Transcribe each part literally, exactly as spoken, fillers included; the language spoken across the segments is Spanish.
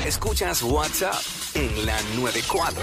Escuchas WhatsApp en la noventa y cuatro.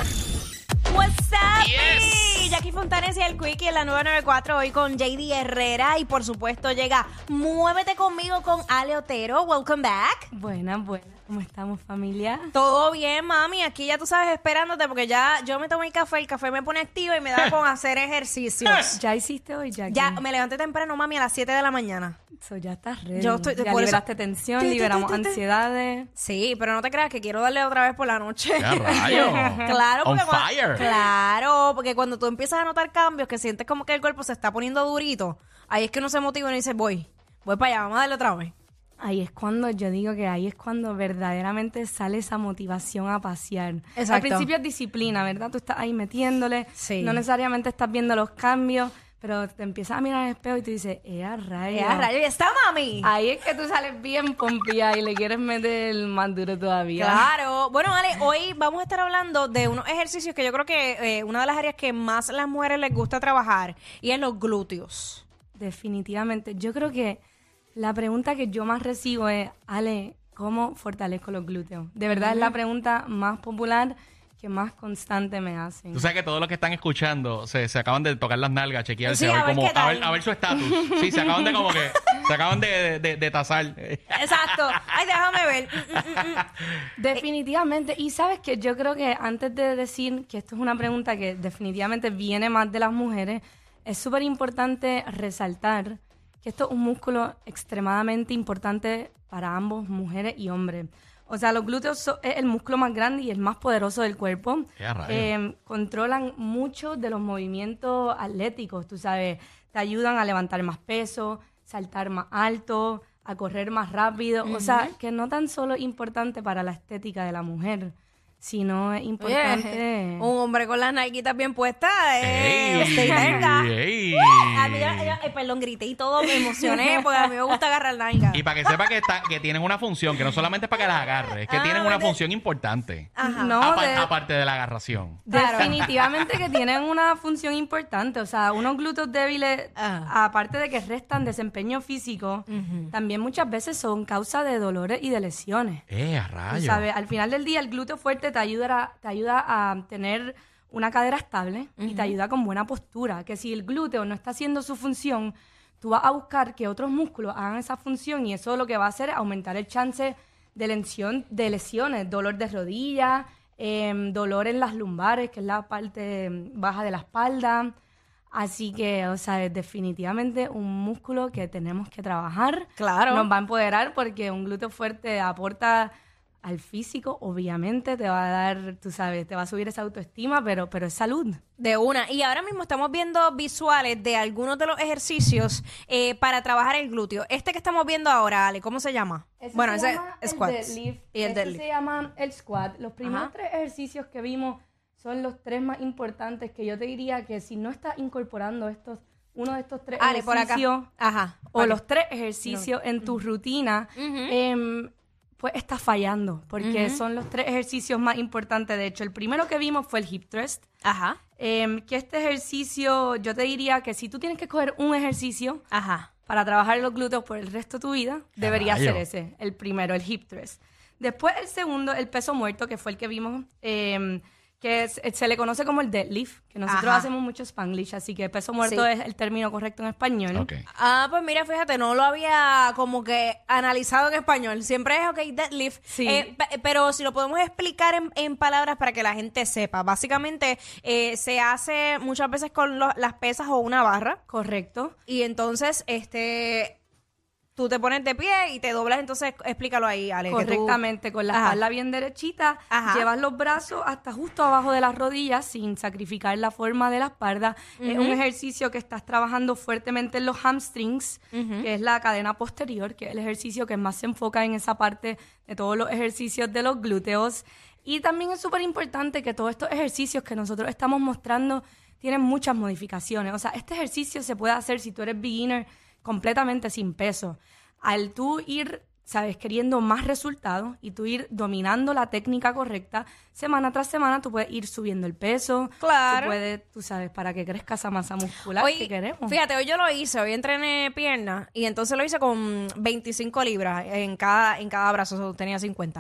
What's up, Yes. Jackie Fontanes y el Quickie en la nueve noventa y cuatro hoy con J D Herrera y por supuesto llega Muévete Conmigo con Ale Otero. Welcome back. Buenas, buenas. ¿Cómo estamos, familia? Todo bien, mami. Aquí ya tú sabes esperándote porque ya yo me tomé el café, el café me pone activa y me da con hacer ejercicios. ¿Ya hiciste hoy, Jackie? Ya me levanté temprano, mami, a las siete de la mañana. So, ya estás ready. Yo estoy- ya por eso- liberaste tensión, Tu, tu, tu, liberamos tu, tu. ansiedades. Sí, pero no te creas que quiero darle otra vez por la noche. ¡Qué rayo! Claro, On porque cuando- fire. claro, porque cuando tú empiezas a notar cambios, que sientes como que el cuerpo se está poniendo durito, ahí es que uno se motiva y dice, voy, voy para allá, vamos a darle otra vez. Ahí es cuando, yo digo que ahí es cuando verdaderamente sale esa motivación a pasear. Exacto. Al principio es disciplina, ¿verdad? Tú estás ahí metiéndole, Sí. no necesariamente estás viendo los cambios, pero te empiezas a mirar al espejo y tú dices, ¡eh, a rayos! ¡Eh, a rayo! ¡Y está, mami! Ahí es que tú sales bien pompía y le quieres meter más duro todavía. Claro. Bueno, Ale, hoy vamos a estar hablando de unos ejercicios que yo creo que eh, una de las áreas que más a las mujeres les gusta trabajar y es los glúteos. Definitivamente. Yo creo que la pregunta que yo más recibo es, Ale, ¿cómo fortalezco los glúteos? De verdad es la pregunta más popular que más constante me hacen. Tú sabes que todos los que están escuchando se, se acaban de tocar las nalgas, chequearse, Sí, a, a ver ver cómo, qué tal. a, ver, a ver su estatus. Sí, se acaban de como que, se acaban de, de, de tasar. Exacto. Ay, déjame ver. Mm, mm, mm. Definitivamente. Y sabes que yo creo que antes de decir que esto es una pregunta que definitivamente viene más de las mujeres, es súper importante resaltar que esto es un músculo extremadamente importante para ambos, mujeres y hombres. O sea, los glúteos son, es el músculo más grande y el más poderoso del cuerpo. ¡Qué rayos! Eh, controlan muchos de los movimientos atléticos, tú sabes. Te ayudan a levantar más peso, saltar más alto, a correr más rápido. O sea, que no tan solo es importante para la estética de la mujer, sino es importante... Oye, un hombre con las nalguitas bien puestas, eh, ¡Ey! usted tenga. ¡Ey! A mí, yo- yo- eh, perdón, grité y todo, me emocioné porque a mí me gusta agarrar nalgas. Y para que sepa que, está, que tienen una función, que no solamente es para que las agarre, es que Ah, tienen una ¿verdad? función importante. Ajá. No, Apa- de- Aparte de la agarración. Claro. Definitivamente que tienen una función importante. O sea, unos glúteos débiles, Ah. aparte de que restan desempeño físico, también muchas veces son causa de dolores y de lesiones. ¡Eh, a Tú rayos! sabes, al final del día el glúteo fuerte te ayuda, te ayuda a tener una cadera estable y te ayuda con buena postura. Que si el glúteo no está haciendo su función, tú vas a buscar que otros músculos hagan esa función y eso lo que va a hacer es aumentar el chance de, lesión, de lesiones, dolor de rodilla, em, dolor en las lumbares, que es la parte em, baja de la espalda. Así que, o sea, es definitivamente un músculo que tenemos que trabajar. Claro. Nos va a empoderar porque un glúteo fuerte aporta al físico, obviamente, te va a dar, tú sabes, te va a subir esa autoestima, pero, pero es salud. De una. Y ahora mismo estamos viendo visuales de algunos de los ejercicios eh, para trabajar el glúteo. Este que estamos viendo ahora, Ale, ¿cómo se llama? bueno, se ese llama es el squats. deadlift. Y el Ese deadlift. se llama el squat. Los primeros Ajá. tres ejercicios que vimos son los tres más importantes que yo te diría que si no estás incorporando estos, uno de estos tres Ale, por acá. ejercicios Ajá. o Vale. los tres ejercicios en tu rutina, em, pues estás fallando, porque son los tres ejercicios más importantes. De hecho, el primero que vimos fue el hip thrust, Ajá. em, que este ejercicio, yo te diría que si tú tienes que escoger un ejercicio Ajá. para trabajar los glúteos por el resto de tu vida, debería rayo! ser ese, el primero, el hip thrust. Después el segundo, el peso muerto, que fue el que vimos, em, que es- se le conoce como el deadlift, que nosotros Ajá. hacemos mucho Spanglish, así que peso muerto Sí. es el término correcto en español. Ok. Ah, pues mira, fíjate, no lo había como que analizado en español. Siempre es, ok, deadlift. Sí. Eh, pe- pero si lo podemos explicar en, en palabras para que la gente sepa. Básicamente, eh, se hace muchas veces con lo- las pesas o una barra. Correcto. Y entonces, este... Tú te pones de pie y te doblas, entonces explícalo ahí, Ale. que tú- Correctamente, con la Ajá. espalda bien derechita, Ajá. llevas los brazos hasta justo abajo de las rodillas sin sacrificar la forma de la espalda. Es un ejercicio que estás trabajando fuertemente en los hamstrings, que es la cadena posterior, que es el ejercicio que más se enfoca en esa parte de todos los ejercicios de los glúteos. Y también es súper importante que todos estos ejercicios que nosotros estamos mostrando tienen muchas modificaciones. O sea, este ejercicio se puede hacer si tú eres beginner completamente sin peso. Al tú ir, sabes, queriendo más resultados y tú ir dominando la técnica correcta, semana tras semana tú puedes ir subiendo el peso. Claro. Tú puedes, tú sabes, para que crezca esa masa muscular Hoy, que queremos. fíjate, hoy yo lo hice, hoy entrené piernas y entonces lo hice con veinticinco libras en cada, en cada brazo, o sea, tenía cincuenta.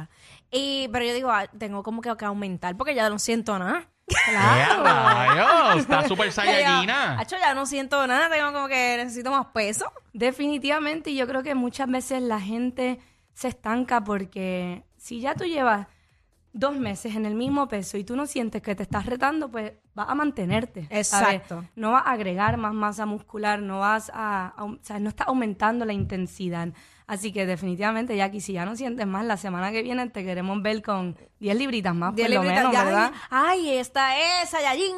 Y, pero yo digo, ah, tengo como que, que aumentar porque ya no siento nada. ¡Claro! Rayos! Está súper Ya, saiyajina. Hacho, ya no siento nada, tengo como que necesito más peso. Definitivamente, y yo creo que muchas veces la gente se estanca porque si ya tú llevas dos meses en el mismo peso y tú no sientes que te estás retando, pues vas a mantenerte. ¿sabes? Exacto. No vas a agregar más masa muscular, no vas a, a- o sea, no estás aumentando la intensidad. Así que definitivamente, Jackie, si ya no sientes más, la semana que viene te queremos ver con diez libritas más, Diez por lo libritas, menos, ya, ¿verdad? Ay, esta es Saiyajin.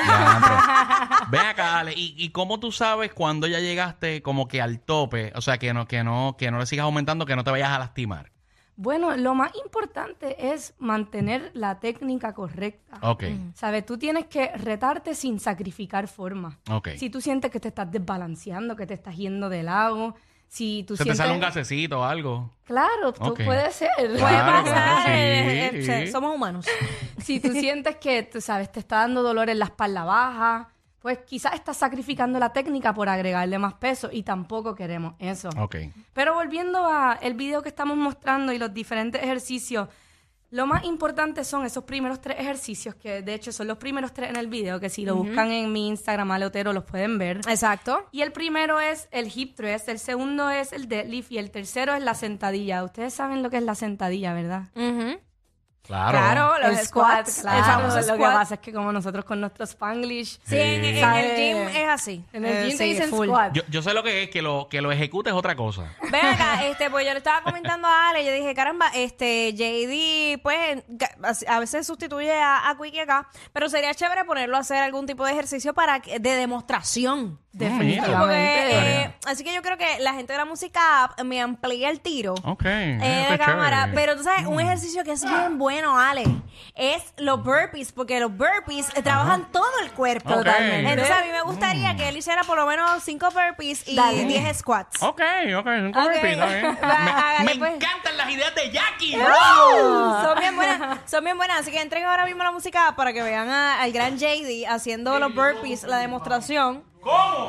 Ya, Ven acá, Ale, ¿y, y cómo tú sabes cuando ya llegaste como que al tope? O sea, que no, que no, que no le sigas aumentando, que no te vayas a lastimar. Bueno, lo más importante es mantener la técnica correcta. Ok, ¿Sabes? Tú tienes que retarte sin sacrificar forma. ok. Si tú sientes que te estás desbalanceando, que te estás yendo de lado, si tú Se te sientes... sale un gasecito o algo. Claro, tú Ok. puede ser. Puede Claro, pasar, claro, sí, eh, eh, sí. eh, somos humanos. Si tú sientes que, tú sabes, te está dando dolor en la espalda baja, pues quizás estás sacrificando la técnica por agregarle más peso y tampoco queremos eso. Ok. Pero volviendo a el video que estamos mostrando y los diferentes ejercicios, lo más importante son esos primeros tres ejercicios, que de hecho son los primeros tres en el video, que si lo buscan en mi Instagram, Ale Otero, los pueden ver. Exacto. Y el primero es el hip thrust, el segundo es el deadlift y el tercero es la sentadilla. Ustedes saben lo que es la sentadilla, ¿verdad? Ujú. Claro. Claro, los el squats. squat, el claro. famoso Lo que squat. pasa es que como nosotros con nuestro Spanglish, Sí, en, en el ¿Sabe? gym es así. en el Eh, gym te sí, dicen full. squat. Yo, yo sé lo que es, que lo, que lo ejecute es otra cosa. Ven acá, este, pues yo le estaba comentando a Ale, yo dije, caramba, este, J D, pues, ga- a veces sustituye a, a Quickie acá, pero sería chévere ponerlo a hacer algún tipo de ejercicio para que- de demostración. Definitivamente. Porque, eh, así que yo creo que la gente de la música app me amplía el tiro. Ok. Eh, eh, de qué cámara, chévere. pero tú sabes, un ejercicio que es bien bueno, Ale, es los burpees, porque los burpees eh, trabajan todo el cuerpo. Ok. Totalmente. Entonces a mí me gustaría que él hiciera por lo menos cinco burpees y Dale. diez squats. Ok, ok. Un Ok. burpee, está bien. Va, Me, hágale, me pues. encantan las ideas de Jackie. Son bien buenas, son bien buenas. Así que entren ahora mismo a la música para que vean a- al gran J D haciendo los burpees, la demostración. ¿Cómo?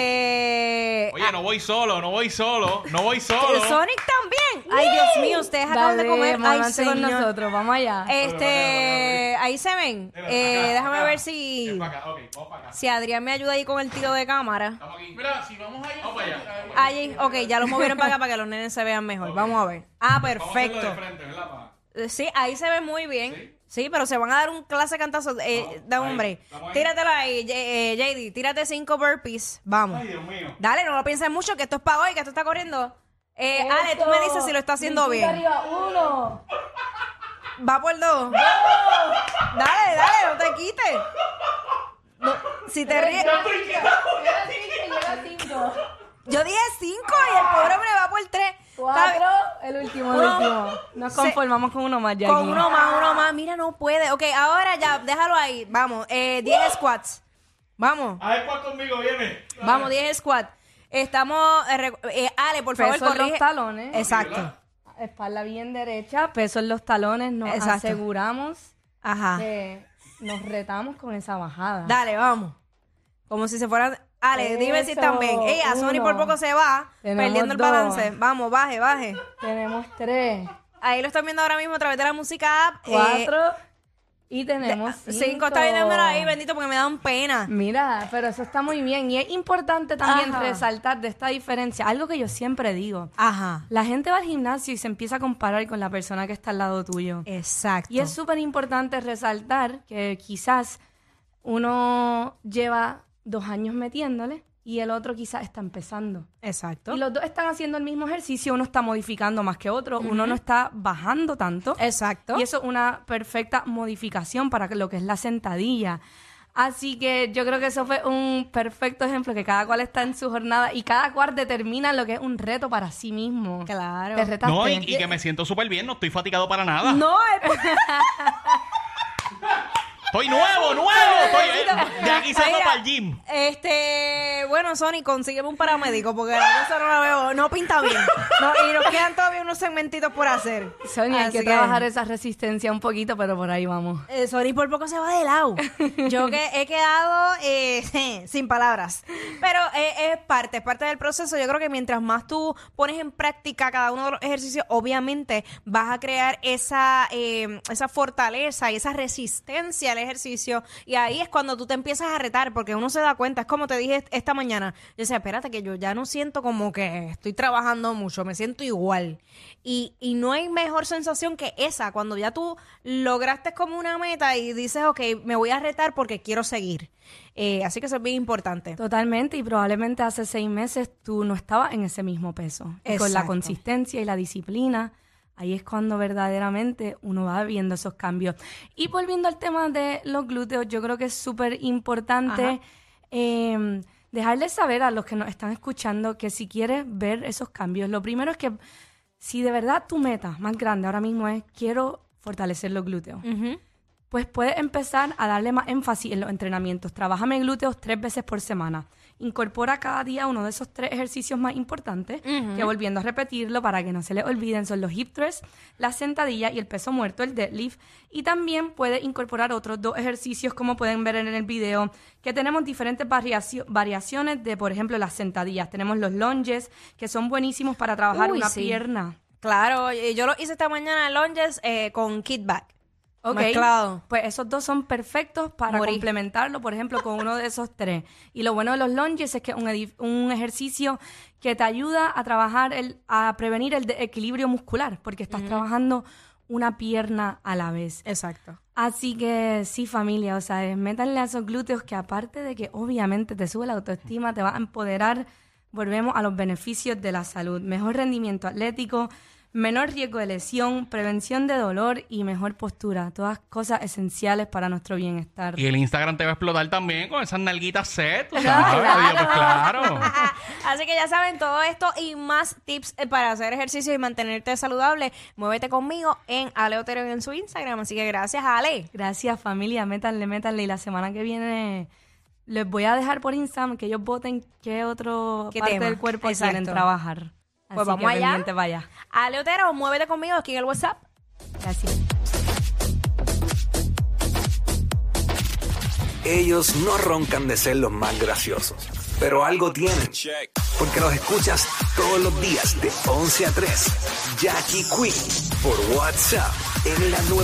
Este. Oye, no voy solo, no voy solo, no voy solo. Sonic también. Ay, Dios mío, ustedes acaban de Dale, comer. Ay, muévanse con señor. nosotros, vamos allá. Este, ahí se ven. Eh, déjame ver si, Ven para acá, ok, vamos para acá. si Adrián me ayuda ahí con el tiro de cámara. Estamos aquí. Mira, si vamos allá. Vamos para allá. Allí, ok, ya lo movieron para acá para que los nenes se vean mejor. Vamos a ver. Ah, Vamos a hacerlo perfecto. de frente, ¿verdad, pa? Eh, Sí, ahí se ve muy bien. Sí, pero se van a dar un clase de cantazo. Eh, da ahí, hombre. estamos ahí. Tíratelo ahí, J- eh, J D. Tírate cinco burpees. Vamos. Ay, Dios mío. Dale, no lo pienses mucho, que esto es para hoy, que esto está corriendo. Eh, Ale, tú me dices si lo está haciendo Minutito bien. arriba, uno. Va por dos. Dale, dale, no te quites. No, si te ríes. Llega cinco, llega cinco. Yo dije cinco y el pobre hombre va por tres. Cuatro, el último, el Uno. último. Nos Se- conformamos con uno más, Jackie. Con uno más, uno más. Mira, no puede. Ok, ahora ya, déjalo ahí. Vamos, eh, diez squats. Vamos, A ver cuál conmigo viene. vamos, diez squats. Estamos, eh, rec- eh, Ale, por favor, Peso en corrige. los talones. Exacto. Espalda bien derecha, peso en los talones. Nos Exacto. aseguramos Ajá. que nos retamos con esa bajada. Dale, vamos. Como si se fueran. Ale, dime si Eso, están bien. Ey, a Sony uno. por poco se va, Tenemos perdiendo el dos. balance. Vamos, baje, baje. Tenemos tres, Ahí lo están viendo ahora mismo a través de la música app. Eh, cuatro y tenemos cinco. cinco, está viéndomelo ahí, bendito, porque me dan pena. Mira, pero eso está muy bien. Y es importante también Ajá. resaltar de esta diferencia, algo que yo siempre digo. Ajá. La gente va al gimnasio y se empieza a comparar con la persona que está al lado tuyo. Exacto. Y es súper importante resaltar que quizás uno lleva dos años metiéndole y el otro quizás está empezando. Exacto. Y los dos están haciendo el mismo ejercicio, uno está modificando más que otro, uno no está bajando tanto. Exacto. Y eso es una perfecta modificación para lo que es la sentadilla. Así que yo creo que eso fue un perfecto ejemplo, que cada cual está en su jornada y cada cual determina lo que es un reto para sí mismo. Claro. Te retaste. No, y, y que me siento súper bien, no estoy fatigado para nada. No, es- Estoy nuevo, nuevo. Estoy, de aquí salgo Mira, para el gym. Este, bueno, Sony, consígueme un paramédico porque la cosa no la veo, no pinta bien. No, y nos quedan todavía unos segmentitos por hacer. Sonia, hay Así que, trabajar esa resistencia un poquito, pero por ahí vamos. Eh, Sony por poco se va de lado. Yo que he quedado eh, sin palabras. Pero eh, es parte, es parte del proceso. Yo creo que mientras más tú pones en práctica cada uno de los ejercicios, obviamente vas a crear esa, eh, esa fortaleza y esa resistencia al ejercicio. Y ahí es cuando tú te empiezas a retar, porque uno se da cuenta. Es como te dije esta mañana. Yo decía, espérate, que yo ya no siento como que estoy trabajando mucho, me siento igual. Y, y no hay mejor sensación que esa, cuando ya tú lograste como una meta y dices, ok, me voy a retar porque quiero seguir. Eh, así que eso es bien importante. Totalmente, y probablemente hace seis meses tú no estabas en ese mismo peso. Y con la Exacto. consistencia y la disciplina, ahí es cuando verdaderamente uno va viendo esos cambios. Y volviendo al tema de los glúteos, yo creo que es súper importante eh, dejarles saber a los que nos están escuchando que si quieres ver esos cambios, lo primero es que si de verdad tu meta más grande ahora mismo es quiero fortalecer los glúteos, Ujú. pues puedes empezar a darle más énfasis en los entrenamientos. Trabájame glúteos tres veces por semana. Incorpora cada día uno de esos tres ejercicios más importantes, Ujú. que volviendo a repetirlo para que no se les olviden, son los hip thrusts, la sentadilla y el peso muerto, el deadlift. Y también puedes incorporar otros dos ejercicios, como pueden ver en el video, que tenemos diferentes variacio- variaciones de, por ejemplo, las sentadillas. Tenemos los lunges, que son buenísimos para trabajar Uy, una sí. pierna. Claro, y yo lo hice esta mañana lunges eh, con kickback. Ok, Mezclado. pues esos dos son perfectos para Morí. complementarlo, por ejemplo, con uno de esos tres. Y lo bueno de los lunges es que es un, edif- un ejercicio que te ayuda a trabajar, el, a prevenir el equilibrio muscular, porque estás trabajando una pierna a la vez. Exacto. Así que sí, familia, o sea, es métanle a esos glúteos que aparte de que obviamente te sube la autoestima, te va a empoderar, volvemos a los beneficios de la salud. Mejor rendimiento atlético, menor riesgo de lesión, prevención de dolor y mejor postura. Todas cosas esenciales para nuestro bienestar. Y el Instagram te va a explotar también con esas nalguitas set, tú sabes. Claro. Digo, pues claro. Así que ya saben todo esto y más tips eh, para hacer ejercicio y mantenerte saludable. Muévete conmigo en Ale Otero en su Instagram. Así que gracias, Ale. Gracias, familia. Métanle, métanle. Y la semana que viene les voy a dejar por Instagram que ellos voten qué otro ¿Qué parte tema? del cuerpo Exacto. quieren trabajar. Pues Así vamos que allá. pendiente, vaya. Ale Otero, muévete conmigo aquí en el WhatsApp. Gracias. Ellos no roncan de ser los más graciosos, pero algo tienen, porque los escuchas todos los días de once a tres. Jackie Quinn por WhatsApp en la nueve.